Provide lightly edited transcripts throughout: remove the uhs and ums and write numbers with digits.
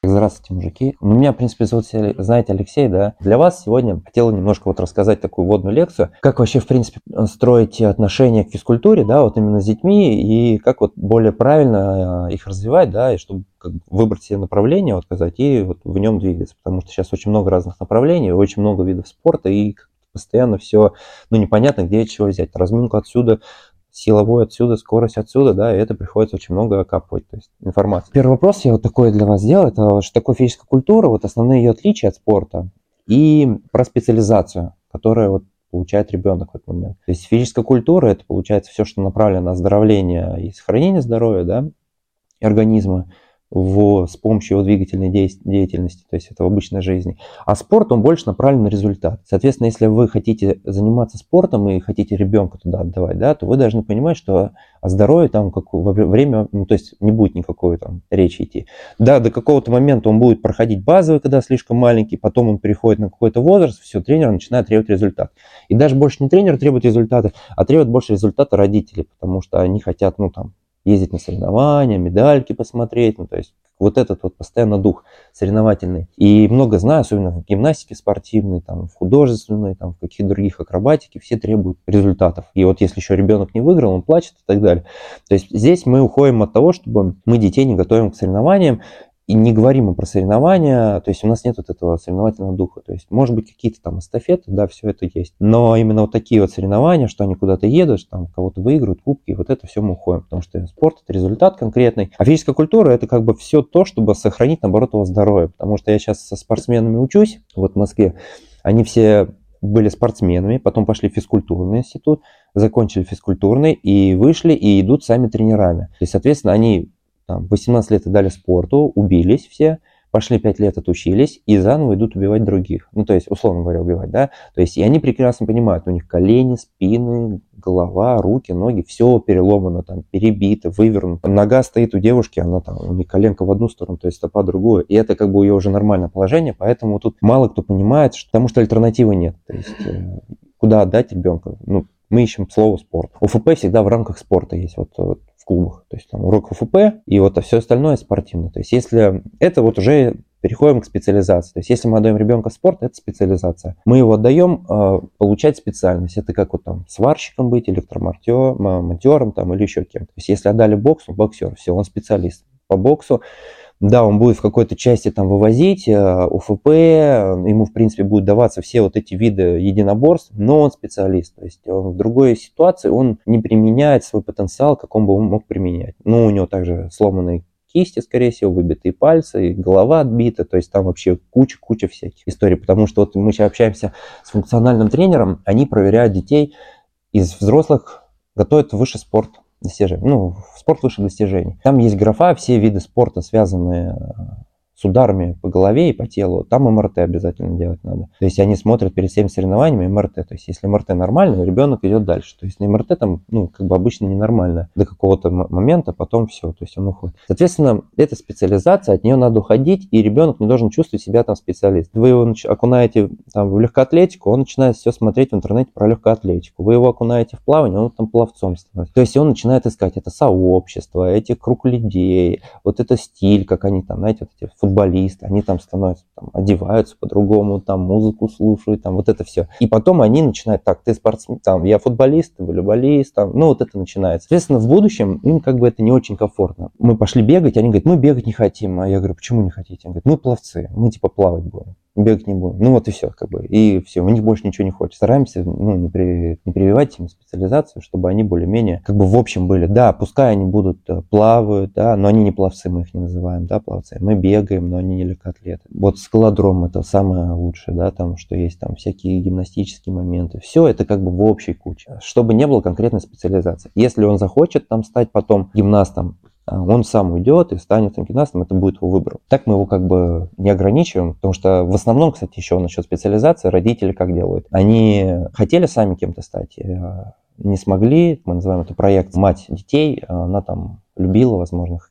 Здравствуйте, мужики. У меня, в принципе, зовут, знаете, Алексей, да. Для вас сегодня хотел немножко вот рассказать такую вводную лекцию, как вообще, в принципе, строить отношения к физкультуре, да, вот именно с детьми, и как вот более правильно их развивать, да, и чтобы как бы выбрать себе направление, вот сказать, и вот в нем двигаться, потому что сейчас очень много разных направлений, очень много видов спорта, и постоянно все, ну, непонятно, где чего взять. Разминку отсюда, силовой отсюда, скорость отсюда, да, и это приходится очень много окапывать, то есть информации. Первый вопрос я вот такой для вас сделал, это что такое физическая культура, вот основные ее отличия от спорта и про специализацию, которую вот получает ребенок в этот момент. То есть физическая культура, это получается все, что направлено на оздоровление и сохранение здоровья, да, организма с помощью его двигательной деятельности, то есть это в обычной жизни. А спорт, он больше направлен на результат. Соответственно, если вы хотите заниматься спортом и хотите ребенка туда отдавать, да, то вы должны понимать, что о здоровье там во время, ну, то есть не будет никакой там речи идти. Да, до какого-то момента он будет проходить базовый, когда слишком маленький, потом он переходит на какой-то возраст, все, тренер начинает требовать результат. И даже больше не тренер требует результата, а требует больше результата родители, потому что они хотят, ну, там, ездить на соревнования, медальки посмотреть, ну, то есть вот этот вот постоянно дух соревновательный. И много знаю, особенно в гимнастике спортивной, там, в художественной, там, в каких-то других акробатике, все требуют результатов. И вот если еще ребенок не выиграл, он плачет и так далее. То есть здесь мы уходим от того, чтобы мы детей не готовим к соревнованиям, и не говорим им про соревнования, то есть у нас нет вот этого соревновательного духа. То есть, может быть, какие-то там эстафеты, да, все это есть. Но именно вот такие вот соревнования, что они куда-то едут, там кого-то выиграют, кубки, вот это все мы уходим. Потому что спорт – это результат конкретный. А физическая культура – это как бы все то, чтобы сохранить, наоборот, его здоровье. Потому что я сейчас со спортсменами учусь, вот в Москве. Они все были спортсменами, потом пошли в физкультурный институт, закончили физкультурный и вышли, и идут сами тренерами. То есть, соответственно, они там, 18 лет отдали спорту, убились все, пошли 5 лет отучились и заново идут убивать других. Ну, то есть, условно говоря, убивать, да. То есть, и они прекрасно понимают, у них колени, спины, голова, руки, ноги, все переломано, там, перебито, вывернуто. Нога стоит у девушки, она там, у нее коленка в одну сторону, то есть стопа в другую. И это как бы у нее уже нормальное положение, поэтому тут мало кто понимает, потому что альтернативы нет. То есть, куда отдать ребенка? Ну, мы ищем слово спорт. УФП всегда в рамках спорта есть. Вот в клубах. То есть там урок ФФП и вот все остальное спортивно. То есть если это вот уже переходим к специализации. То есть если мы отдаем ребенка в спорт, это специализация. Мы его отдаем получать специальность. Это как вот там сварщиком быть, электромонтером там или еще кем-то. То есть если отдали бокс, он боксер, все, он специалист по боксу. Да, он будет в какой-то части там вывозить УФП, ему, в принципе, будут даваться все вот эти виды единоборств, но он специалист. То есть в другой ситуации он не применяет свой потенциал, как он бы мог применять. Ну, у него также сломанные кисти, скорее всего, выбитые пальцы, и голова отбита, то есть там вообще куча всяких историй, потому что вот мы сейчас общаемся с функциональным тренером, они проверяют детей из взрослых, готовят высший спорт. Достижений. Ну, спорт выше достижений. Там есть графа, все виды спорта, связанные с ударами по голове и по телу. Там МРТ обязательно делать надо. То есть они смотрят перед всеми соревнованиями МРТ. То есть если МРТ нормально, ребенок идет дальше. То есть на МРТ там, ну, как бы обычно ненормально. До какого-то момента, потом все. То есть он уходит. Соответственно, эта специализация, от нее надо уходить, и ребенок не должен чувствовать себя там специалист. Вы его окунаете там в легкоатлетику, он начинает все смотреть в интернете про легкоатлетику. Вы его окунаете в плавание, он там пловцом становится. То есть он начинает искать это сообщество, эти круг людей, вот это стиль, как они там, знаете, вот эти футболисты, они там становятся, там, одеваются по-другому, там музыку слушают, там вот это все. И потом они начинают, так, ты спортсмен, там, я футболист, ты волейболист, там, ну вот это начинается. Соответственно, в будущем им как бы это не очень комфортно. Мы пошли бегать, они говорят, мы бегать не хотим. А я говорю, почему не хотите? Они говорят, мы пловцы, мы типа плавать будем. Бегать не будем. Ну вот и все, как бы. И все, у них больше ничего не хочет. Стараемся, ну, не прививать им специализацию, чтобы они более-менее, как бы в общем были. Да, пускай они будут плавают, да, но они не пловцы, мы их не называем, да, пловцы. Мы бегаем, но они не легкоатлеты. Вот скалодром это самое лучшее, да, там, что есть там всякие гимнастические моменты. Все это как бы в общей куче, чтобы не было конкретной специализации. Если он захочет там стать потом гимнастом, он сам уйдет и станет гимнастом, это будет его выбор. Так мы его как бы не ограничиваем, потому что в основном, кстати, еще насчет специализации, родители как делают? Они хотели сами кем-то стать, не смогли, мы называем это проект «Мать детей», она там любила, возможно,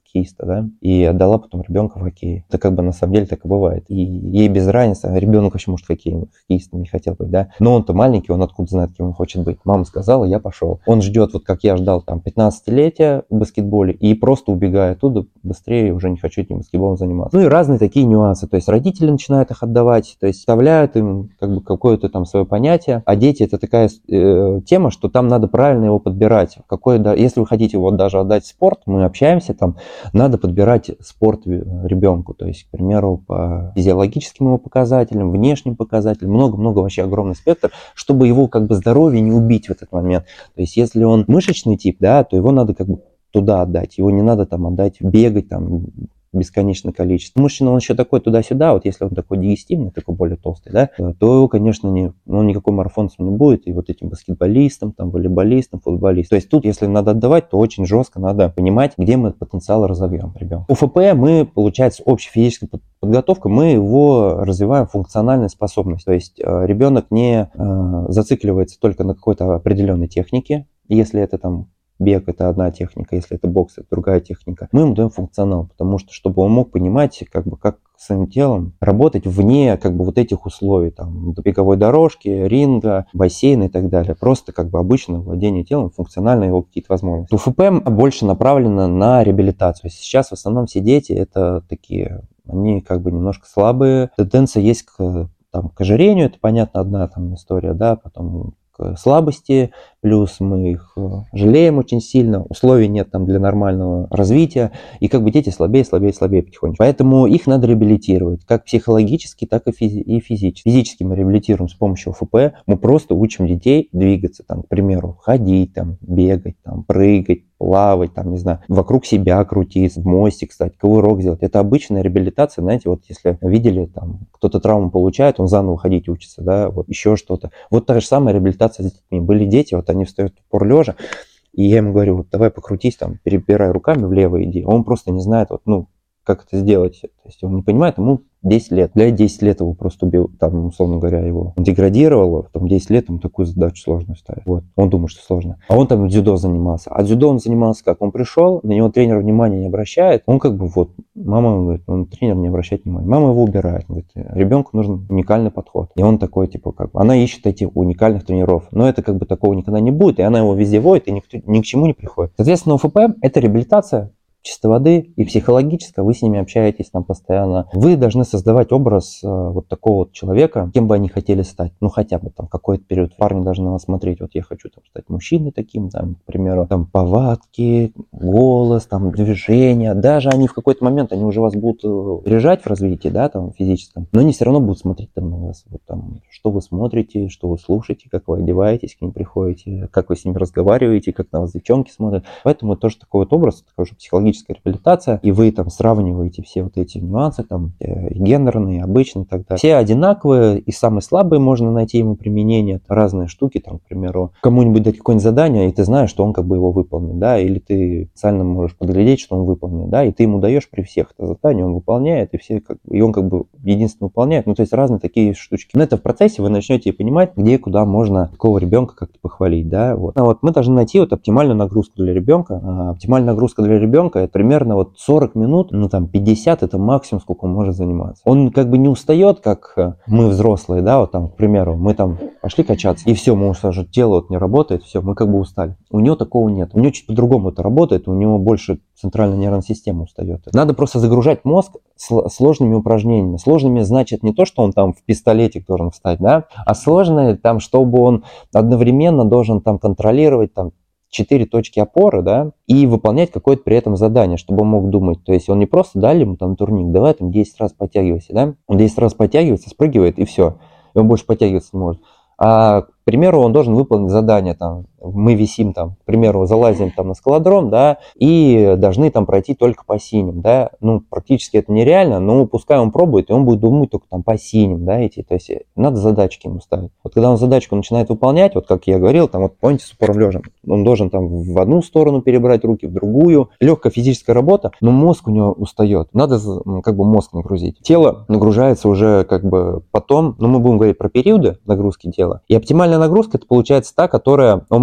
хоккеиста, да, и отдала потом ребенка в хоккей. Это как бы на самом деле так и бывает. И ей без разницы, ребенок вообще может хоккеистом не хотел быть, да, но он-то маленький, он откуда знает, кем он хочет быть. Мама сказала, я пошел. Он ждет, вот как я ждал там 15-летия в баскетболе и просто убегая оттуда быстрее, уже не хочу этим баскетболом заниматься. Ну и разные такие нюансы, то есть родители начинают их отдавать, то есть вставляют им как бы какое-то там свое понятие, а дети это такая тема, что там надо правильно его подбирать. Если вы хотите его даже отдать в спорт, мы общаемся там, надо подбирать спорт ребенку, то есть, к примеру, по физиологическим его показателям, внешним показателям, много-много вообще огромный спектр, чтобы его как бы здоровье не убить в этот момент. То есть, если он мышечный тип, да, то его надо как бы туда отдать, его не надо там отдать, бегать там бесконечное количество. Мужчина, он еще такой туда-сюда, вот если он такой дигестивный, такой более толстый, да, то его, конечно, никакой марафонцем не будет, и вот этим баскетболистам, там, волейболистам, футболистам. То есть тут, если надо отдавать, то очень жестко надо понимать, где мы потенциал разовьем ребенка. УФП мы, получается, общая физическая подготовка, мы его развиваем функциональные способности. То есть ребенок не зацикливается только на какой-то определенной технике, если это там бег – это одна техника, если это бокс – это другая техника. Мы ему даем функционал, потому что, чтобы он мог понимать, как бы, как своим телом работать вне, как бы, вот этих условий, там, беговой дорожки, ринга, бассейна и так далее. Просто, как бы, обычное владение телом, функциональные его какие-то возможности. УФП больше направлено на реабилитацию. Сейчас в основном все дети – это такие, они, как бы, немножко слабые. Тенденция есть к ожирению, это, понятно, одна там история, да, потом слабости, плюс мы их жалеем очень сильно, условий нет там для нормального развития, и как бы дети слабее потихонечку. Поэтому их надо реабилитировать, как психологически, так и физически. Физически мы реабилитируем с помощью ОФП, мы просто учим детей двигаться, там, к примеру, ходить, там, бегать, там, прыгать, плавать, там, не знаю, вокруг себя крутиться, в мостик, кстати, кувырок делать. Это обычная реабилитация, знаете, вот если видели, там, кто-то травму получает, он заново ходить учится, да, вот еще что-то. Вот та же самая реабилитация с детьми. Были дети, вот они встают в упор лежа, и я ему говорю, вот давай покрутись, там, перебирай руками влево иди. Он просто не знает, вот, ну, как это сделать. То есть он не понимает, ему 10 лет. Для 10 лет его просто убил, там, условно говоря, его деградировало, потом 10 лет ему такую задачу сложную ставит. Вот. Он думает, что сложно. А он там дзюдо занимался. А дзюдо он занимался как? Он пришел, на него тренер внимания не обращает. Он как бы вот, мама говорит, он тренер не обращает внимания. Мама его убирает. Он говорит, ребенку нужен уникальный подход. И он такой, типа, как бы, она ищет этих уникальных тренеров. Но это как бы такого никогда не будет. И она его везде водит, и никто, ни к чему не приходит. Соответственно, ОФП – это реабилитация чистой воды и психологическая, вы с ними общаетесь там постоянно. Вы должны создавать образ вот такого вот человека, кем бы они хотели стать. Ну, хотя бы там какой-то период. Парни должны на вас смотреть, вот я хочу там стать мужчиной таким, там, к примеру, там повадки, голос, там, движения. Даже они в какой-то момент, они уже вас будут опережать в развитии, да, там, физическом, но они все равно будут смотреть там на вас. Вот там, что вы смотрите, что вы слушаете, как вы одеваетесь, к ним приходите, как вы с ними разговариваете, как на вас девчонки смотрят. Поэтому это тоже такой вот образ, такой же психологический реабилитация, и вы там сравниваете все вот эти нюансы, там, гендерные, обычные и так далее. Все одинаковые, и самые слабые можно найти ему применение, это разные штуки, там, к примеру, кому-нибудь дать какое-нибудь задание, и ты знаешь, что он как бы его выполнит, да, или ты специально можешь подглядеть, что он выполнит, да, и ты ему даешь при всех это задание, он выполняет, и все как бы, и он как бы единственно выполняет, ну, то есть разные такие штучки. Но это в процессе вы начнете понимать, где, куда можно такого ребенка как-то похвалить, да, вот. А вот мы должны найти вот оптимальную нагрузку для ребенка. Оптимальная нагрузка для ребенка это примерно вот 40 минут, ну там 50 это максимум, сколько он может заниматься. Он как бы не устает, как мы взрослые, да, вот там, к примеру, мы там пошли качаться, и все, мы уже тело вот не работает, все, мы как бы устали. У него такого нет. У него чуть по-другому это работает, у него больше центральная нервная система устает. Надо просто загружать мозг сложными упражнениями. Сложными значит не то, что он там в пистолетик должен встать, да, а сложные там, чтобы он одновременно должен там контролировать там 4 точки опоры, да, и выполнять какое-то при этом задание, чтобы он мог думать. То есть он не просто дали ему там турник, давай там 10 раз подтягивайся, да, он 10 раз подтягивается, спрыгивает и все, и он больше подтягиваться не может. А, к примеру, он должен выполнить задание, там, мы висим там, к примеру, залазим там на скалодром, да, и должны там пройти только по синим, да, ну, практически это нереально, но пускай он пробует, и он будет думать только там по синим, да, эти, то есть надо задачки ему ставить. Вот когда он задачку начинает выполнять, вот как я говорил, там, вот помните, с упором лежа, он должен там в одну сторону перебрать руки, в другую, легкая физическая работа, но мозг у него устает, надо как бы мозг нагрузить. Тело нагружается уже как бы потом, но мы будем говорить про периоды нагрузки тела, и оптимальная нагрузка это получается та, которая он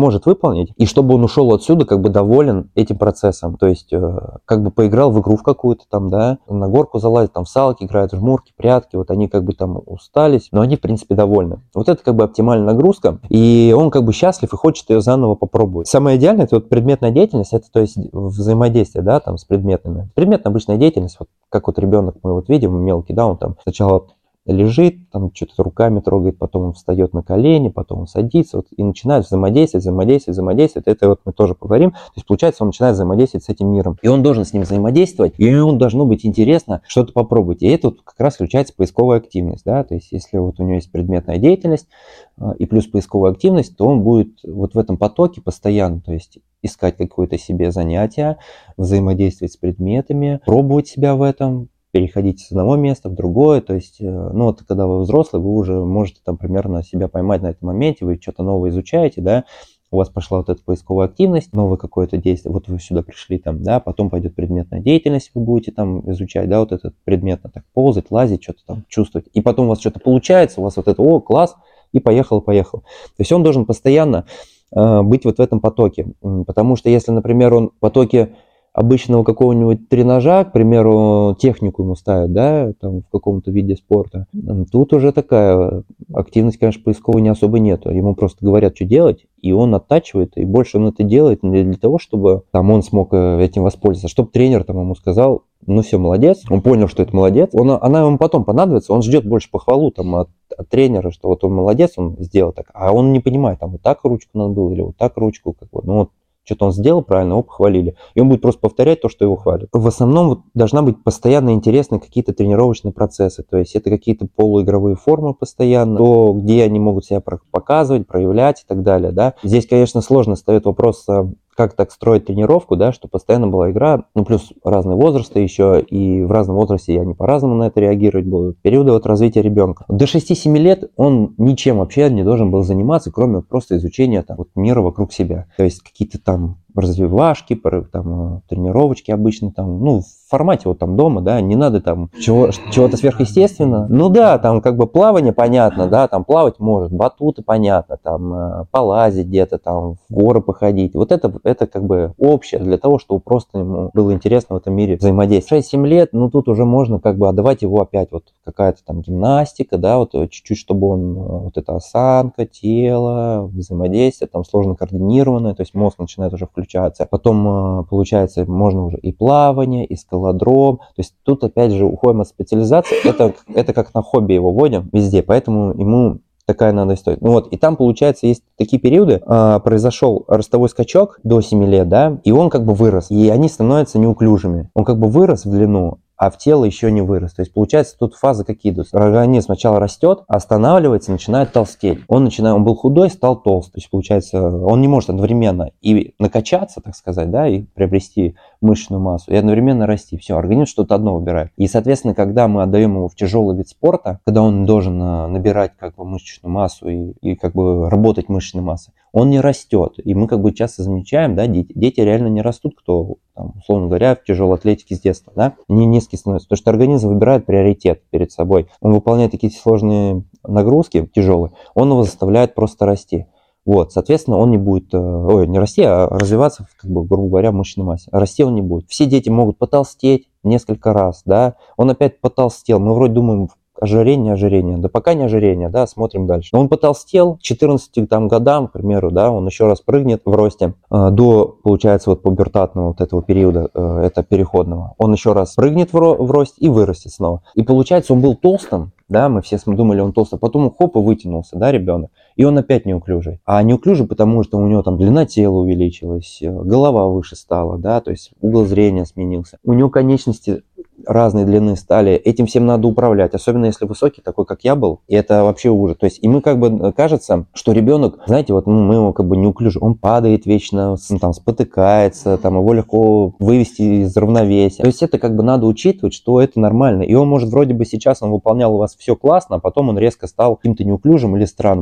может выполнить, и чтобы он ушел отсюда как бы доволен этим процессом. То есть как бы поиграл в игру в какую-то там, да, на горку залазит, там в салки играют, в жмурки, прятки, вот они как бы там устались, но они в принципе довольны. Вот это как бы оптимальная нагрузка, и он как бы счастлив и хочет ее заново попробовать. Самое идеальное, это вот предметная деятельность, это то есть взаимодействие, да, там с предметами. Предметная обычная деятельность, вот как вот ребенок, мы вот видим, мелкий, да, он там сначала лежит, там что-то руками трогает, потом он встает на колени, потом он садится, вот, и начинает взаимодействовать. Это вот мы тоже поговорим. То есть, получается, он начинает взаимодействовать с этим миром. И он должен с ним взаимодействовать, и ему должно быть интересно что-то попробовать. И это вот как раз включается поисковая активность, да, то есть, если вот у него есть предметная деятельность и плюс поисковая активность, то он будет вот в этом потоке постоянно, то есть, искать какое-то себе занятие, взаимодействовать с предметами, пробовать себя в этом, переходить с одного места в другое, то есть, ну вот когда вы взрослый, вы уже можете там примерно себя поймать на этом моменте, вы что-то новое изучаете, да, у вас пошла вот эта поисковая активность, новое какое-то действие, вот вы сюда пришли там, да, потом пойдет предметная деятельность, вы будете там изучать, да, вот этот предметно так ползать, лазить, что-то там чувствовать, и потом у вас что-то получается, у вас вот это, о, класс, и поехал. То есть он должен постоянно быть вот в этом потоке, потому что если, например, он в потоке обычного какого-нибудь тренажа, к примеру, технику ему ставят, да, там в каком-то виде спорта, тут уже такая активность, конечно, поисковой не особо нету. Ему просто говорят, что делать, и он оттачивает, и больше он это делает не для того, чтобы там он смог этим воспользоваться, чтобы тренер там ему сказал, ну все, молодец, он понял, что это молодец, она ему потом понадобится, он ждет больше похвалу там от тренера, что вот он молодец, он сделал так, а он не понимает, там вот так ручку надо было или вот так ручку, как бы, ну вот что-то он сделал правильно, его похвалили. И он будет просто повторять то, что его хвалят. В основном вот должна быть постоянно интересны какие-то тренировочные процессы. То есть это какие-то полуигровые формы постоянно, то, где они могут себя показывать, проявлять и так далее. Да? Здесь, конечно, сложно встает вопрос, как так строить тренировку, да, чтобы постоянно была игра, ну, плюс разные возрасты еще, и в разном возрасте они по-разному на это реагировать будут. Периоды вот развития ребенка. До 6-7 лет он ничем вообще не должен был заниматься, кроме вот просто изучения там, вот, мира вокруг себя. То есть какие-то там развивашки, там, тренировочки обычно там, ну, в формате вот там дома, да, не надо там чего-то сверхъестественного. Ну да, там как бы плавание понятно, да, там плавать может, батуты понятно, там полазить где-то, там в горы походить. Вот это как бы общее для того, чтобы просто ему было интересно в этом мире взаимодействовать. 6-7 лет, ну тут уже можно как бы отдавать его опять вот какая-то там гимнастика, да, вот чуть-чуть, чтобы он, вот эта осанка, тело, взаимодействие, там сложно координированное, то есть мозг начинает уже включаться. Потом, получается, можно уже и плавание, и скалодром. То есть тут опять же уходим от специализации. Это как на хобби его вводим везде, поэтому ему такая надо история. Ну вот, и там, получается, есть такие периоды, произошел ростовой скачок до 7 лет, да, и он как бы вырос, и они становятся неуклюжими. Он как бы вырос в длину, а в тело еще не вырос. То есть, получается, тут фазы какие идут. Организм сначала растет, останавливается, начинает толстеть. Он был худой, стал толстый. То есть, получается, он не может одновременно и накачаться, так сказать, да, и приобрести мышечную массу, и одновременно расти. Все, организм что-то одно выбирает. И, соответственно, когда мы отдаем его в тяжелый вид спорта, когда он должен набирать как бы мышечную массу и как бы работать мышечной массой, он не растет. И мы как бы часто замечаем, да, дети реально не растут, кто, там, условно говоря, в тяжелой атлетике с детства, да, не низкий становится, потому что организм выбирает приоритет перед собой. Он выполняет такие сложные нагрузки, тяжелые, он его заставляет просто расти. Вот, соответственно, он не будет, не расти, а развиваться, как бы, грубо говоря, в мышечной массе. Расти он не будет. Все дети могут потолстеть несколько раз, да, он опять потолстел, мы вроде думаем, ожирение, да пока не ожирение, да, смотрим дальше. Но он потолстел, к 14 там, годам, к примеру, да, он еще раз прыгнет в росте до, получается, вот пубертатного вот этого периода, это переходного. Он еще раз прыгнет в росте и вырастет снова. И получается, он был толстым, да, мы все думали, он толстый, потом хоп, и вытянулся, да, ребенок, и он опять неуклюжий. А неуклюжий, потому что у него там длина тела увеличилась, голова выше стала, да, то есть угол зрения сменился. У него конечности разной длины стали, этим всем надо управлять, особенно если высокий, такой, как я был, и это вообще ужас. То есть, и мы как бы, кажется, что ребенок, знаете, вот мы его как бы неуклюжий, он падает вечно, там, спотыкается, там, его легко вывести из равновесия. То есть, это как бы надо учитывать, что это нормально, и он может вроде бы сейчас, он выполнял у вас все классно, а потом он резко стал каким-то неуклюжим или странным, или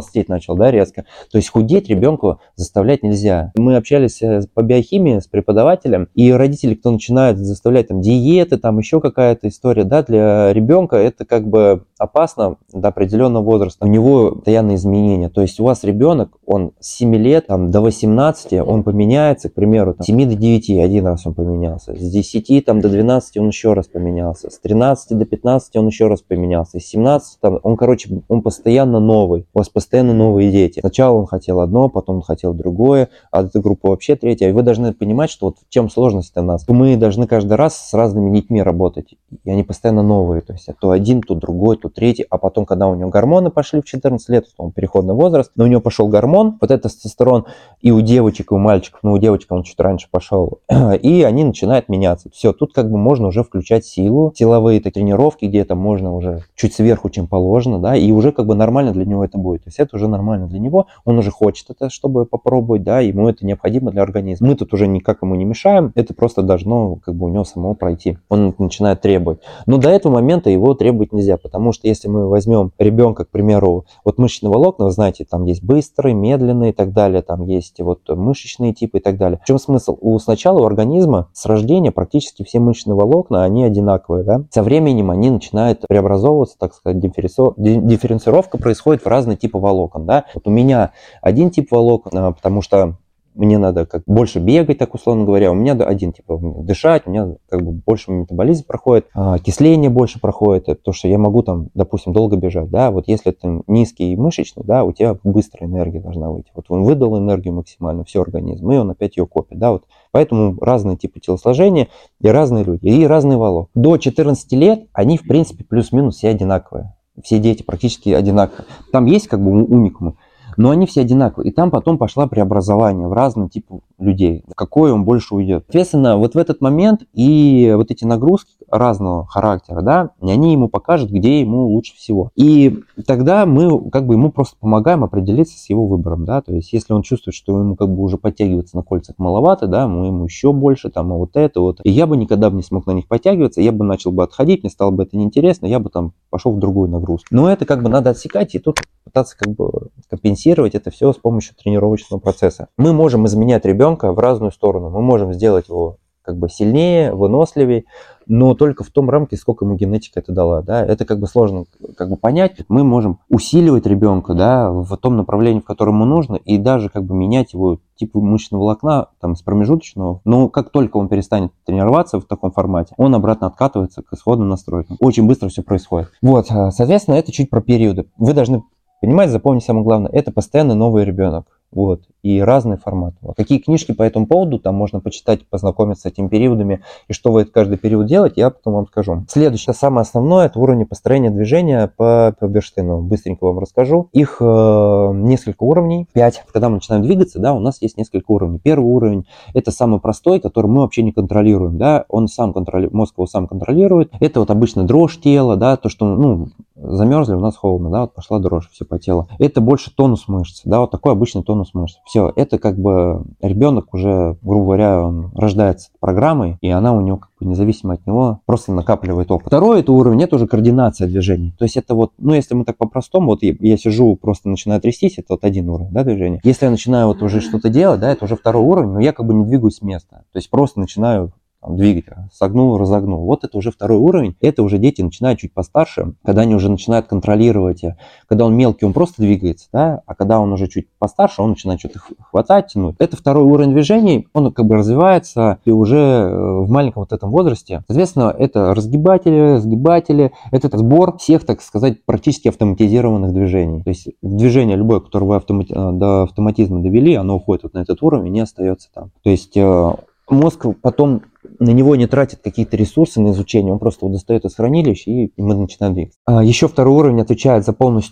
толстеть начал, да, резко. То есть худеть ребенку заставлять нельзя. Мы общались по биохимии с преподавателем, и родители, кто начинает заставлять там диеты, там еще какая-то история, да, для ребенка это как бы опасно до определенного возраста. У него постоянные изменения. То есть у вас ребенок, он с 7 лет там, до 18, он поменяется, к примеру, там, с 7 до 9 один раз он поменялся, с 10 там, до 12 он еще раз поменялся, с 13 до 15 он еще раз поменялся, с 17 там, он, короче, он постоянно новый, у вас постоянно новые дети. Сначала он хотел одно, потом он хотел другое, а эта группа вообще третья. И вы должны понимать, что вот в чем сложность у нас. Мы должны каждый раз с разными детьми работать, и они постоянно новые, то есть то один, то другой, то третий, а потом, когда у него гормоны пошли в 14 лет, он переходный возраст, но у него пошел гормон, вот это тестостерон, и у девочек, и у мальчиков, но у девочек он чуть раньше пошел, и они начинают меняться. Все, тут как бы можно уже включать силу, силовые тренировки, где это можно уже чуть сверху, чем положено, да, и уже как бы нормально для него это будет. То есть это уже нормально для него, он уже хочет это, чтобы попробовать, да, ему это необходимо для организма. Мы тут уже никак ему не мешаем, это просто должно как бы у него самого пройти. Он начинает требовать. Но до этого момента его требовать нельзя, потому что если мы возьмем ребенка, к примеру, вот мышечные волокна, вы знаете, там есть быстрые, медленные и так далее, там есть вот мышечные типы и так далее. В чем смысл? Сначала у организма с рождения практически все мышечные волокна, они одинаковые, да? Со временем они начинают преобразовываться, так сказать, дифференцировка происходит в разные типы волокон, да? Вот у меня один тип волокон, потому что мне надо как больше бегать, так условно говоря, у меня один тип дышать, у меня как бы больше метаболизм проходит, окисление больше проходит, потому что я могу там, допустим, долго бежать, да, вот если ты низкий и мышечный, да, у тебя быстрая энергия должна выйти, вот он выдал энергию максимально, все организм, и он опять ее копит, да, вот, поэтому разные типы телосложения и разные люди, и разные волокна. До 14 лет они, в принципе, плюс-минус все одинаковые, все дети практически одинаковые, там есть как бы уникумы, но они все одинаковые. И там потом пошло преобразование в разные типы людей, в какой он больше уйдет. Соответственно, вот в этот момент и вот эти нагрузки разного характера, да, они ему покажут, где ему лучше всего. И тогда мы как бы ему просто помогаем определиться с его выбором, да, то есть если он чувствует, что ему как бы уже подтягиваться на кольцах маловато, да, мы ему еще больше, там, вот это, вот. И я бы никогда бы не смог на них подтягиваться, я бы начал бы отходить, мне стало бы это неинтересно, я бы там пошел в другую нагрузку. Но это как бы надо отсекать, и тут пытаться как бы компенсировать это все с помощью тренировочного процесса. Мы можем изменять ребенка в разную сторону, мы можем сделать его как бы сильнее, выносливее, но только в том рамке, сколько ему генетика это дала, да, это как бы сложно как бы понять. Мы можем усиливать ребенка, да, в том направлении, в котором ему нужно, и даже как бы менять его тип мышечного волокна там с промежуточного, но как только он перестанет тренироваться в таком формате, он обратно откатывается к исходным настройкам. Очень быстро все происходит. Вот, соответственно, это чуть про периоды. Вы должны понимать, запомнить самое главное, это постоянно новый ребенок. Вот, и разные форматы. Вот. Какие книжки по этому поводу, там можно почитать, познакомиться с этими периодами, и что вы каждый период делать, я потом вам скажу. Следующее, самое основное, это уровни построения движения по Бернштейну. Быстренько вам расскажу. Их несколько уровней, 5. Когда мы начинаем двигаться, да, у нас есть несколько уровней. Первый уровень, это самый простой, который мы вообще не контролируем, да, он сам контролирует, мозг его сам контролирует. Это вот обычно дрожь тела, да, то, что, ну, замерзли, у нас холодно, да, вот пошла дрожь, все по телу. Это больше тонус мышц, да, вот такой обычный тонус мышц. Все, это как бы ребенок уже, грубо говоря, он рождается программой, и она у него как бы независимо от него просто накапливает опыт. Второй это уровень, это уже координация движений. То есть это вот, ну если мы так по-простому, вот я сижу, просто начинаю трястись, это вот один уровень, да, движения. Если я начинаю вот уже что-то делать, да, это уже второй уровень, но я как бы не двигаюсь с места. То есть просто начинаю двигать, согнул, разогнул. Вот это уже второй уровень. Это уже дети начинают чуть постарше, когда они уже начинают контролировать. Когда он мелкий, он просто двигается, да, а когда он уже чуть постарше, он начинает что-то хватать, тянуть. Это второй уровень движений, он как бы развивается и уже в маленьком вот этом возрасте. Соответственно, это сгибатели, это сбор всех, так сказать, практически автоматизированных движений. То есть движение любое, которое вы до автоматизма довели, оно уходит вот на этот уровень и не остается там. То есть мозг потом на него не тратит какие-то ресурсы на изучение, он просто его достает из хранилища, и мы начинаем двигаться. Еще второй уровень отвечает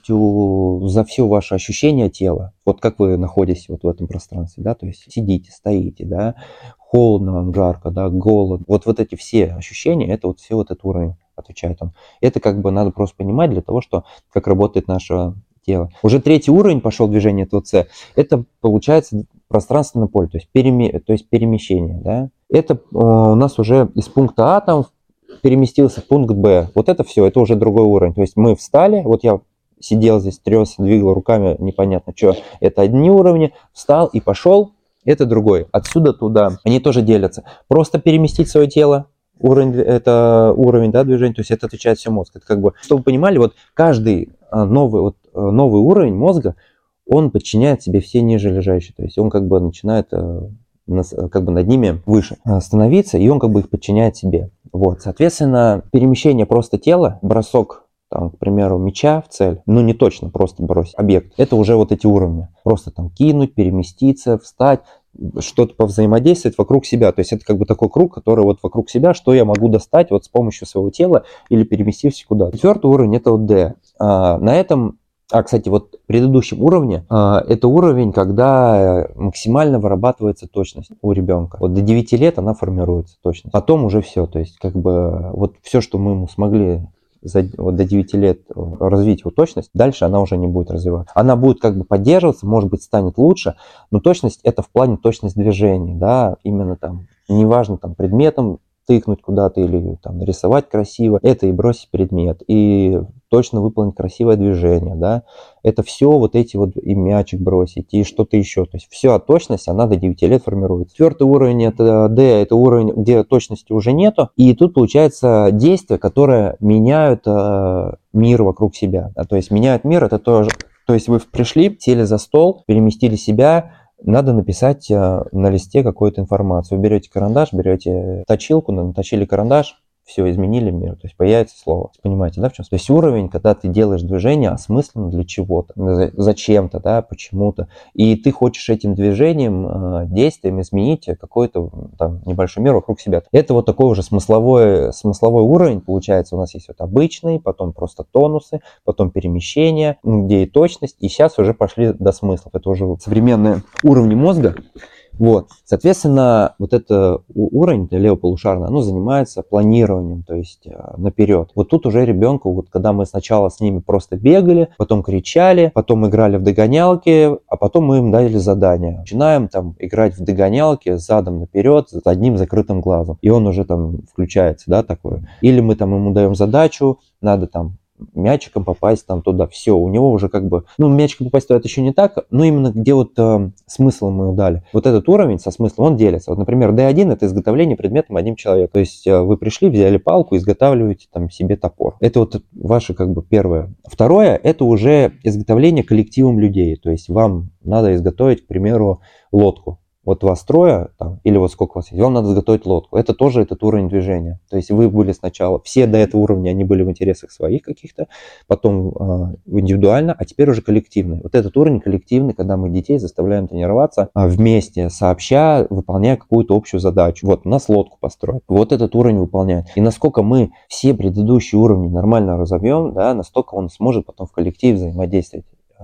за все ваше ощущение тела. Вот как вы находитесь вот в этом пространстве, да, то есть сидите, стоите, да, холодно вам, жарко, да, голод. Вот эти все ощущения, это вот все вот этот уровень отвечает он. Это как бы надо просто понимать для того, что как работает наше тело. Уже третий уровень пошел движение ТОЦ, это получается пространственное поле, то есть перемещение, да. Это у нас уже из пункта А там переместился в пункт Б. Вот это все, это уже другой уровень. То есть мы встали, вот я сидел здесь, трясся, двигал руками, непонятно что. Это одни уровни, встал и пошел, это другой. Отсюда туда. Они тоже делятся. Просто переместить свое тело, это уровень, да, движения, то есть это отвечает все мозг. Это как бы, чтобы вы понимали, вот каждый новый уровень мозга, он подчиняет себе все ниже лежащие, то есть он как бы начинает как бы над ними выше становиться, и он как бы их подчиняет себе. Вот, соответственно, перемещение просто тела, бросок, там, к примеру, мяча в цель, ну не точно просто бросить объект, это уже вот эти уровни. Просто там кинуть, переместиться, встать, что-то повзаимодействовать вокруг себя. То есть это как бы такой круг, который вот вокруг себя, что я могу достать вот с помощью своего тела или переместившись куда-то. Четвертый уровень это вот D. На этом, кстати, вот в предыдущем уровне, это уровень, когда максимально вырабатывается точность у ребенка. Вот до 9 лет она формируется точность. Потом уже все. То есть как бы вот все, что мы ему смогли вот до 9 лет развить его точность, дальше она уже не будет развиваться. Она будет как бы поддерживаться, может быть, станет лучше, но точность это в плане точность движений, да, именно там, неважно там предметом тыкнуть куда-то или там нарисовать красиво, это и бросить предмет, и точно выполнить красивое движение, да, это все вот эти вот и мячик бросить, и что-то еще, то есть вся точность, она до 9 лет формируется. Четвертый уровень это D, это уровень, где точности уже нету, и тут получается действия, которые меняют мир вокруг себя, то есть меняют мир, это тоже, то есть вы пришли, сели за стол, переместили себя, надо написать на листе какую-то информацию. Вы берете карандаш, берете точилку, наточили карандаш, все, изменили мир, то есть появится слово. Понимаете, да, в чем? То есть уровень, когда ты делаешь движение осмысленно для чего-то, зачем-то, да, почему-то, и ты хочешь этим движением, действием изменить какой-то там небольшой мир вокруг себя. Это вот такой уже смысловой уровень, получается, у нас есть вот обычный, потом просто тонусы, потом перемещение, где и точность, и сейчас уже пошли до смыслов. Это уже современные уровни мозга. Вот, соответственно, вот это уровень левополушарный, оно занимается планированием, то есть наперед. Вот тут уже ребенку, вот когда мы сначала с ними просто бегали, потом кричали, потом играли в догонялки, а потом мы им дали задание. Начинаем там играть в догонялки задом наперед, с одним закрытым глазом. И он уже там включается, да, такое. Или мы там ему даем задачу, надо там мячиком попасть там туда, все, у него уже как бы, ну, мячиком попасть туда это еще не так, но именно где вот смысл мы ему дали. Вот этот уровень со смыслом, он делится. Вот, например, D1 это изготовление предметом одним человеком. То есть вы пришли, взяли палку, изготавливаете там себе топор. Это вот ваше как бы первое. Второе, это уже изготовление коллективом людей. То есть вам надо изготовить, к примеру, лодку. Вот вас трое, там, или вот сколько у вас есть, вам надо изготовить лодку. Это тоже этот уровень движения. То есть вы были сначала, все до этого уровня, они были в интересах своих каких-то, потом индивидуально, а теперь уже коллективный. Вот этот уровень коллективный, когда мы детей заставляем тренироваться вместе, сообща, выполняя какую-то общую задачу. Вот, у нас лодку построить. Вот этот уровень выполняет. И насколько мы все предыдущие уровни нормально разовьем, да, настолько он сможет потом в коллективе взаимодействовать.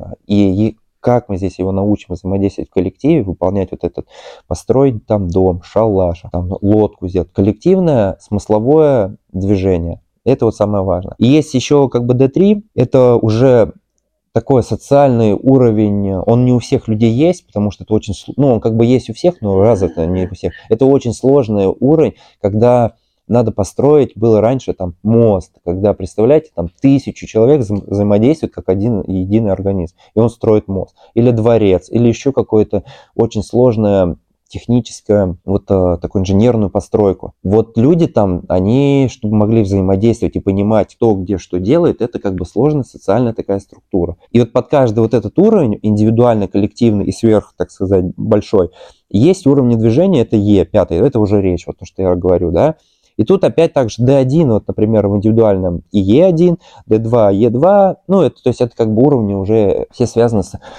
И как мы здесь его научим взаимодействовать в коллективе, выполнять вот этот, построить там дом, шалаш, там лодку сделать. Коллективное смысловое движение. Это вот самое важное. И есть еще как бы D3, это уже такой социальный уровень, он не у всех людей есть, потому что это очень, ну он как бы есть у всех, но раз это не у всех. Это очень сложный уровень, когда надо построить, было раньше там мост, когда, представляете, там 1000 человек взаимодействуют как один единый организм, и он строит мост. Или дворец, или еще какое-то очень сложное техническое, вот такую инженерную постройку. Вот люди там, они, чтобы могли взаимодействовать и понимать, кто где что делает, это как бы сложная социальная такая структура. И вот под каждый вот этот уровень, индивидуальный, коллективный и сверх, так сказать, большой, есть уровни движения, это Е, пятый, это уже речь, вот то, что я говорю, да. И тут опять также D1, вот, например, в индивидуальном и E1, D2, E2, ну, это, то есть это как бы уровни уже все связаны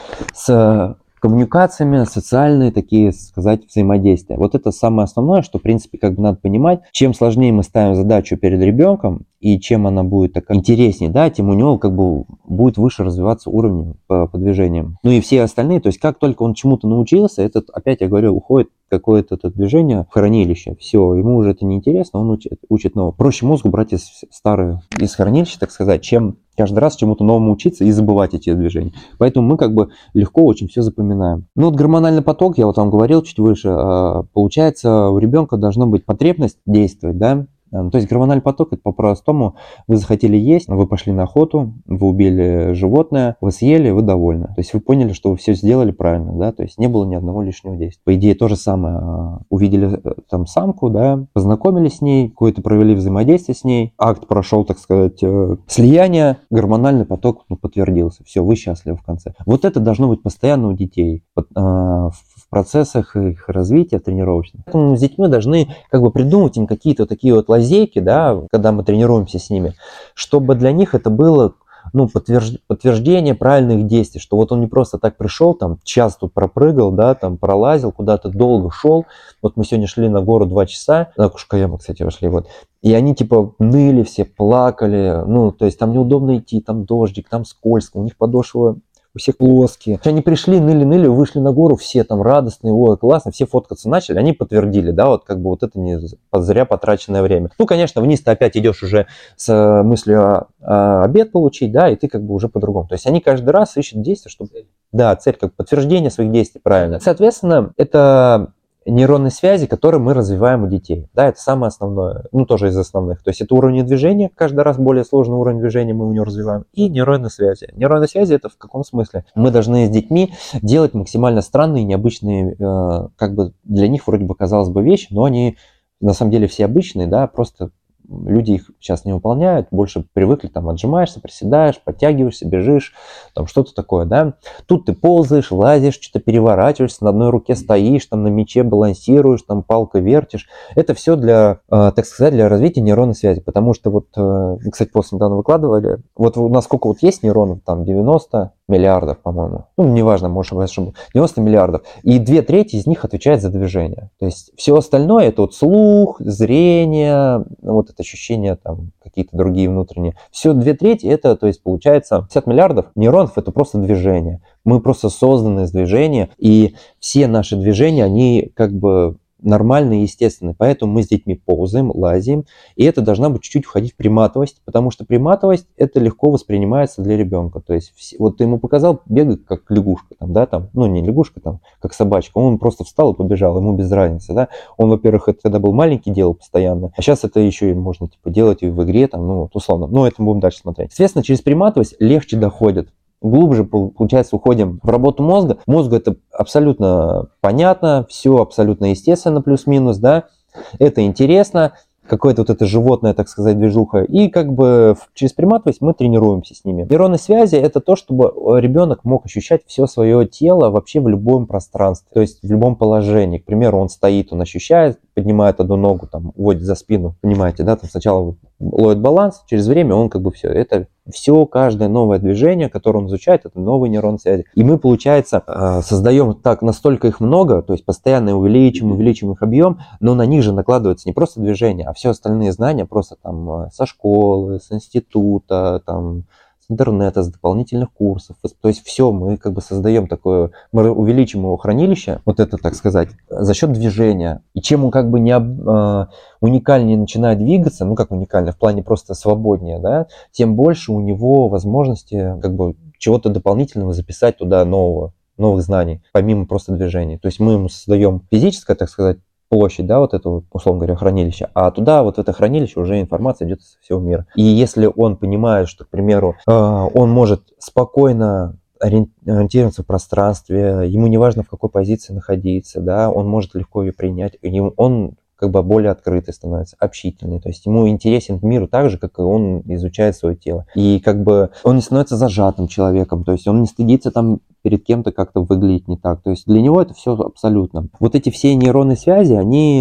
с коммуникациями, социальные такие, сказать, взаимодействия. Вот это самое основное, что, в принципе, как бы надо понимать, чем сложнее мы ставим задачу перед ребенком, и чем она будет такая интереснее, да, тем у него как бы будет выше развиваться уровень по движениям. Ну и все остальные, то есть как только он чему-то научился, этот, опять я говорю, уходит какое-то это движение в хранилище. Все, ему уже это неинтересно, он учит новое. Проще мозгу брать из хранилища, так сказать, чем каждый раз чему-то новому учиться и забывать эти движения. Поэтому мы как бы легко очень все запоминаем. Ну вот гормональный поток, я вот вам говорил чуть выше, получается, у ребенка должна быть потребность действовать, да, То есть гормональный поток – это по-простому: вы захотели есть, вы пошли на охоту, вы убили животное, вы съели, вы довольны. То есть вы поняли, что вы все сделали правильно, да, то есть не было ни одного лишнего действия. По идее, то же самое. Увидели там самку, да, познакомились с ней, какое-то провели взаимодействие с ней, акт прошел, так сказать, слияние, гормональный поток подтвердился. Все, вы счастливы в конце. Вот это должно быть постоянно у детей в процессах их развития тренировочных. Поэтому с детьми должны как бы придумать им какие-то такие вот лазейки, да, когда мы тренируемся с ними, чтобы для них это было подтверждение правильных действий, что вот он не просто так пришел, там час тут пропрыгал, да, там пролазил, куда-то долго шел. Вот мы сегодня шли на гору 2 часа, на Кушкаема, кстати, вошли, вот. И они типа ныли все, плакали, то есть там неудобно идти, там дождик, там скользко, у них подошва у всех плоские. Они пришли, ныли, вышли на гору, все там радостные, ой, классно, все фоткаться начали, они подтвердили, да, вот как бы вот это не зря потраченное время. Конечно, вниз ты опять идешь уже с мыслью обед получить, да, и ты как бы уже по-другому. То есть они каждый раз ищут действия, чтобы... Да, цель как подтверждение своих действий, правильно. Соответственно, это нейронные связи, которые мы развиваем у детей. Да, это самое основное, тоже из основных. То есть это уровень движения, каждый раз более сложный уровень движения мы у него развиваем, и нейронные связи. Нейронные связи это в каком смысле? Мы должны с детьми делать максимально странные, необычные, как бы для них вроде бы казалось бы вещи, но они на самом деле все обычные, да, просто люди их сейчас не выполняют, больше привыкли, там, отжимаешься, приседаешь, подтягиваешься, бежишь, там, что-то такое, да. Тут ты ползаешь, лазишь, что-то переворачиваешься, на одной руке стоишь, там, на мяче балансируешь, там, палкой вертишь. Это все для, так сказать, для развития нейронной связи, потому что вот, кстати, после недавно выкладывали, вот у нас сколько вот есть нейронов, там, 90 миллиардов, по-моему. Неважно, может быть, 90 миллиардов. И 2/3 из них отвечает за движение. То есть все остальное это вот слух, зрение, вот это ощущение, там, какие-то другие внутренние. Все 2/3 это, то есть получается 50 миллиардов нейронов это просто движение. Мы просто созданы из движения, и все наши движения, они как бы нормальные и естественные. Поэтому мы с детьми ползаем, лазим, и это должна быть чуть-чуть входить в приматовость, потому что приматовость это легко воспринимается для ребенка. То есть вот ты ему показал бегать как лягушка, там, да, там, не лягушка, там, как собачка, он просто встал и побежал, ему без разницы, да. Он, во-первых, это когда был маленький, делал постоянно, а сейчас это еще и можно типа делать и в игре, там, условно. Это мы будем дальше смотреть. Соответственно, через приматовость легче доходит. Глубже, получается, уходим в работу мозга. Мозгу это абсолютно понятно, все абсолютно естественно, плюс-минус, да. Это интересно, какое-то вот это животное, так сказать, движуха. И как бы через приматовость мы тренируемся с ними. Нейронные связи это то, чтобы ребенок мог ощущать все свое тело вообще в любом пространстве, то есть в любом положении. К примеру, он стоит, он ощущает, поднимает одну ногу, там, уводит за спину, понимаете, да, там сначала ловит баланс, через время он как бы все, каждое новое движение, которое он изучает, это новые нейронные связи. И мы, получается, создаем так, настолько их много, то есть постоянно увеличим их объем, но на них же накладывается не просто движение, а все остальные знания просто там со школы, с института, там, с интернета, с дополнительных курсов. То есть все, мы как бы создаем такое, мы увеличим его хранилище, вот это, так сказать, за счет движения. И чем он как бы уникальнее начинает двигаться, как уникально, в плане просто свободнее, да, тем больше у него возможности как бы чего-то дополнительного записать туда новых знаний, помимо просто движения. То есть мы ему создаем физическое, так сказать, площадь, да, вот это вот, условно говоря, хранилище, а туда, вот в это хранилище уже информация идет со всего мира. И если он понимает, что, к примеру, он может спокойно ориентироваться в пространстве, ему не важно, в какой позиции находиться, да, он может легко ее принять, он как бы более открытый становится, общительный, то есть ему интересен мир так же, как и он изучает свое тело. И как бы он не становится зажатым человеком, то есть он не стыдится там перед кем-то как-то выглядеть не так. То есть для него это все абсолютно. Вот эти все нейронные связи, они...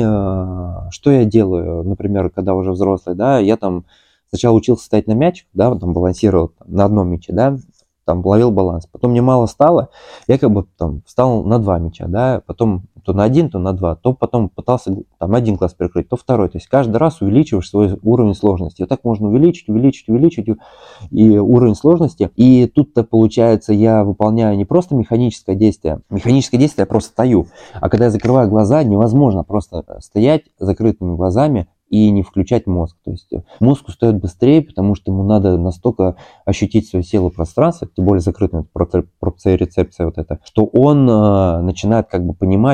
Что я делаю, например, когда уже взрослый, да, я там сначала учился стоять на мячик, да, там балансировал на одном мяче, да, там ловил баланс. Потом мне мало стало, я как бы там встал на 2 мяча, да, потом то на 1, то на 2, то потом пытался там 1 класс прикрыть, то второй. То есть каждый раз увеличиваешь свой уровень сложности. Вот так можно увеличить и уровень сложности. И тут-то получается, я выполняю не просто механическое действие. Механическое действие я просто стою. А когда я закрываю глаза, невозможно просто стоять с закрытыми глазами и не включать мозг. То есть мозг устает быстрее, потому что ему надо настолько ощутить свое тело в пространстве, тем более закрытая проприоцепция вот это, что он начинает как бы понимать,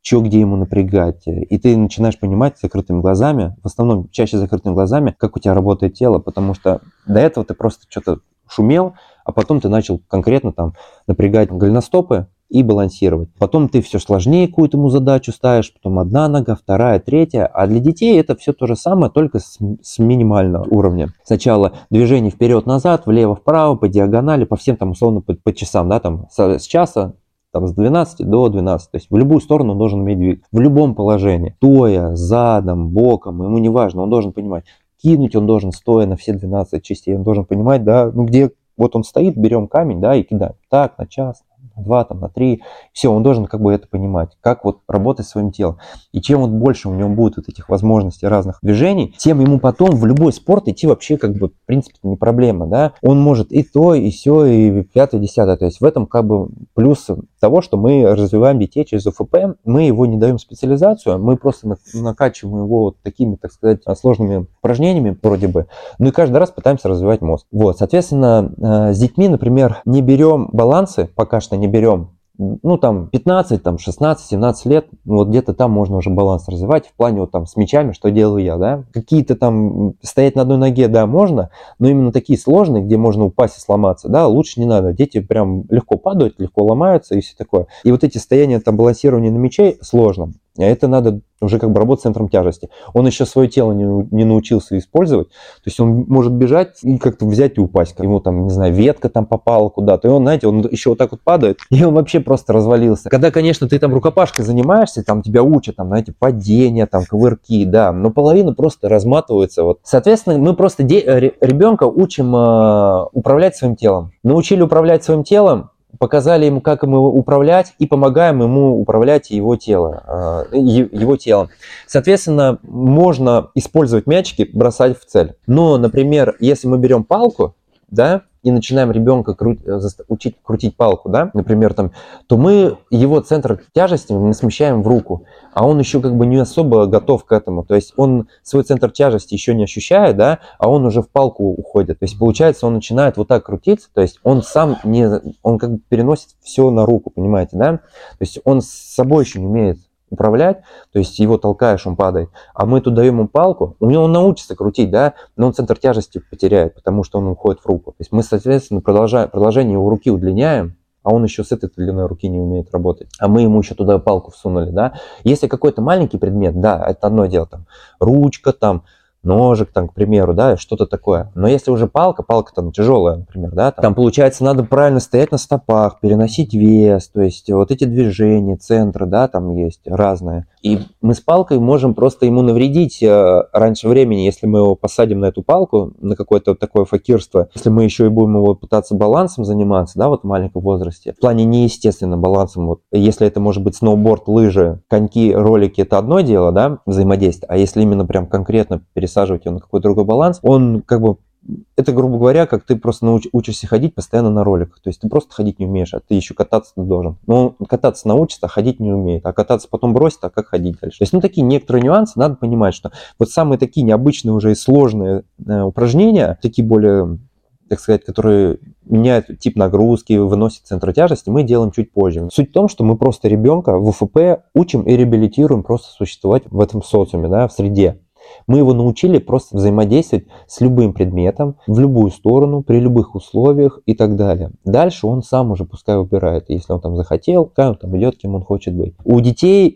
что где ему напрягать. И ты начинаешь понимать закрытыми глазами, в основном чаще закрытыми глазами, как у тебя работает тело, потому что до этого ты просто что-то шумел, а потом ты начал конкретно там напрягать голеностопы и балансировать. Потом ты все сложнее какую-то ему задачу ставишь, потом одна нога, вторая, третья. А для детей это все то же самое, только с минимального уровня. Сначала движение вперед-назад, влево-вправо, по диагонали, по всем там условно по часам, да, там с часа, там, с 12 до 12. То есть в любую сторону он должен уметь двигаться. В любом положении. Стоя, задом, боком, ему не важно, он должен понимать. Кинуть он должен стоя на все 12 частей. Он должен понимать, да, ну где вот он стоит, берем камень, да, и кидаем. Так, на час, на 2, там, на 3. Все, он должен как бы это понимать, как вот работать своим телом. И чем вот больше у него будет вот этих возможностей разных движений, тем ему потом в любой спорт идти вообще как бы в принципе не проблема, да. Он может и то, и сё, и пятое, десятое. То есть в этом как бы плюс того, что мы развиваем детей через ОФП, мы его не даем специализацию, мы просто накачиваем его вот такими, так сказать, сложными упражнениями вроде бы, ну и каждый раз пытаемся развивать мозг. Вот, соответственно, с детьми, например, не берем балансы, пока что не берем, ну, там, 15, там, 16, 17 лет, вот где-то там можно уже баланс развивать в плане вот там с мячами, что делаю я, да. Какие-то там стоять на одной ноге, да, можно, но именно такие сложные, где можно упасть и сломаться, да, лучше не надо. Дети прям легко падают, легко ломаются и все такое. И вот эти стояния, там, балансирование на мяче сложно. А это надо уже как бы работать с центром тяжести. Он еще свое тело не научился использовать. То есть он может бежать и как-то взять и упасть. Ему там, не знаю, ветка там попала куда-то. И он, знаете, он еще вот так вот падает. И он вообще просто развалился. Когда, конечно, ты там рукопашкой занимаешься, там тебя учат, там, знаете, падения, там, ковырки, да. Но половина просто разматывается. Вот. Соответственно, мы просто ребенка учим управлять своим телом. Научили управлять своим телом, показали ему, как ему управлять, и помогаем ему управлять его телом. Соответственно, можно использовать мячики, бросать в цель. Но, например, если мы берем палку, да, и начинаем ребенка учить крутить палку, да, например, там, то мы его центр тяжести мы смещаем в руку, а он еще как бы не особо готов к этому. То есть он свой центр тяжести еще не ощущает, да, а он уже в палку уходит. То есть получается, он начинает вот так крутиться, то есть он сам не, он как бы переносит все на руку, понимаете, да? То есть он с собой еще не умеет управлять, то есть его толкаешь, он падает, а мы тут даем ему палку, у него он научится крутить, да, но он центр тяжести потеряет, потому что он уходит в руку. То есть мы, соответственно, продолжение его руки удлиняем, а он еще с этой длиной руки не умеет работать, а мы ему еще туда палку всунули, да. Если какой-то маленький предмет, да, это одно дело, там, ручка, там, ножик, там, к примеру, да, что-то такое. Но если уже палка там тяжелая, например, да, там получается, надо правильно стоять на стопах, переносить вес, то есть вот эти движения, центры, да, там есть разные. И мы с палкой можем просто ему навредить раньше времени, если мы его посадим на эту палку, на какое-то такое факирство, если мы еще и будем его пытаться балансом заниматься, да, вот в маленьком возрасте, в плане неестественным балансом, вот, если это может быть сноуборд, лыжи, коньки, ролики, это одно дело, да, взаимодействие, а если именно прям конкретно пересаживать его на какой-то другой баланс, он как бы, это, грубо говоря, как ты просто учишься ходить постоянно на роликах. То есть ты просто ходить не умеешь, а ты еще кататься должен. Но он кататься научится, а ходить не умеет. А кататься потом бросит, а как ходить дальше? То есть, ну, такие некоторые нюансы надо понимать, что вот самые такие необычные уже и сложные упражнения, такие более, так сказать, которые меняют тип нагрузки, выносят центр тяжести, мы делаем чуть позже. Суть в том, что мы просто ребенка в УФП учим и реабилитируем просто существовать в этом социуме, да, в среде. Мы его научили просто взаимодействовать с любым предметом, в любую сторону, при любых условиях и так далее. Дальше он сам уже пускай выбирает, если он там захотел, пускай он там идет, кем он хочет быть. У детей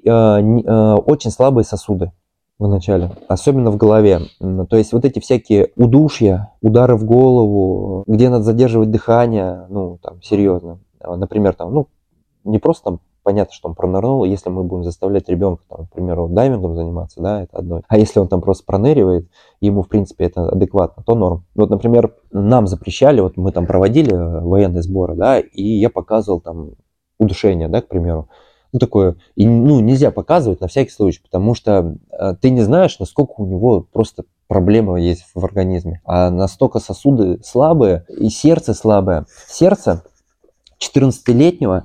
очень слабые сосуды в начале, особенно в голове. То есть вот эти всякие удушья, удары в голову, где надо задерживать дыхание, ну, там, серьезно. Например, там, ну, не просто там понятно, что он пронырнул, если мы будем заставлять ребенка, там, к примеру, дайвингом заниматься, да, это одно. А если он там просто проныривает, ему, в принципе, это адекватно, то норм. Вот, например, нам запрещали, вот мы там проводили военные сборы, да, и я показывал там удушение, да, к примеру. Ну, такое, и, ну, нельзя показывать на всякий случай, потому что ты не знаешь, насколько у него просто проблема есть в организме. А настолько сосуды слабые и сердце слабое. Сердце 14-летнего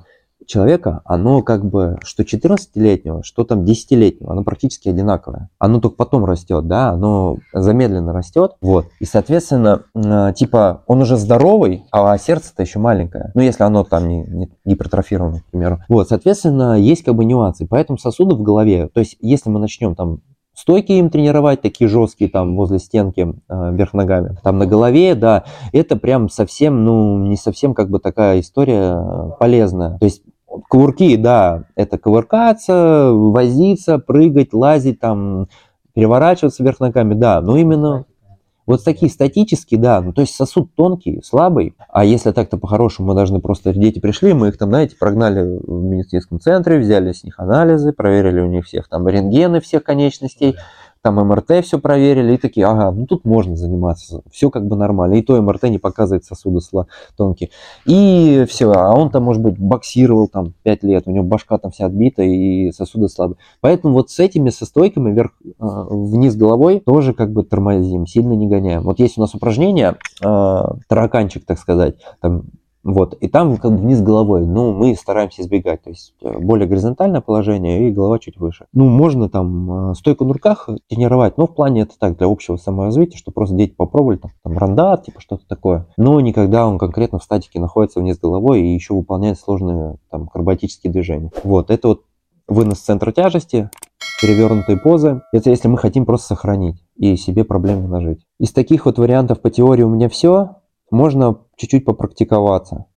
человека, оно как бы, что 14-летнего, что там 10-летнего, оно практически одинаковое. Оно только потом растет, да, оно замедленно растет, вот. И, соответственно, типа, он уже здоровый, а сердце-то еще маленькое. Ну, если оно там не гипертрофировано, к примеру. Вот, соответственно, есть как бы нюансы. Поэтому сосуды в голове, то есть, если мы начнем там стойки им тренировать, такие жесткие, там, возле стенки, вверх ногами, там, на голове, да, это прям совсем, ну, не совсем как бы такая история полезная. То есть, кувырки, да, это кувыркаться, возиться, прыгать, лазить, там, переворачиваться вверх ногами, да, но именно вот такие статические, да, ну, то есть сосуд тонкий, слабый, а если так-то по-хорошему мы должны просто, дети пришли, мы их там, знаете, прогнали в медицинском центре, взяли с них анализы, проверили у них всех там рентгены всех конечностей, там МРТ все проверили и такие, ага, ну тут можно заниматься, все как бы нормально, и то МРТ не показывает сосуды тонкие. И все, а он там, может быть, боксировал там 5 лет, у него башка там вся отбита и сосуды слабые. Поэтому вот с этими, со стойками вниз головой тоже как бы тормозим, сильно не гоняем. Вот есть у нас упражнение, тараканчик, так сказать, там, вот, и там как бы вниз головой, ну, мы стараемся избегать, то есть более горизонтальное положение и голова чуть выше. Ну, можно там стойку на руках тренировать, но в плане это так, для общего саморазвития, что просто дети попробовали, там рандат, типа что-то такое, но никогда он конкретно в статике находится вниз головой и еще выполняет сложные там акробатические движения. Вот, это вот вынос центра тяжести, перевернутые позы. Это если мы хотим просто сохранить и себе проблемы нажить. Из таких вот вариантов по теории у меня все. Можно чуть-чуть попрактиковаться.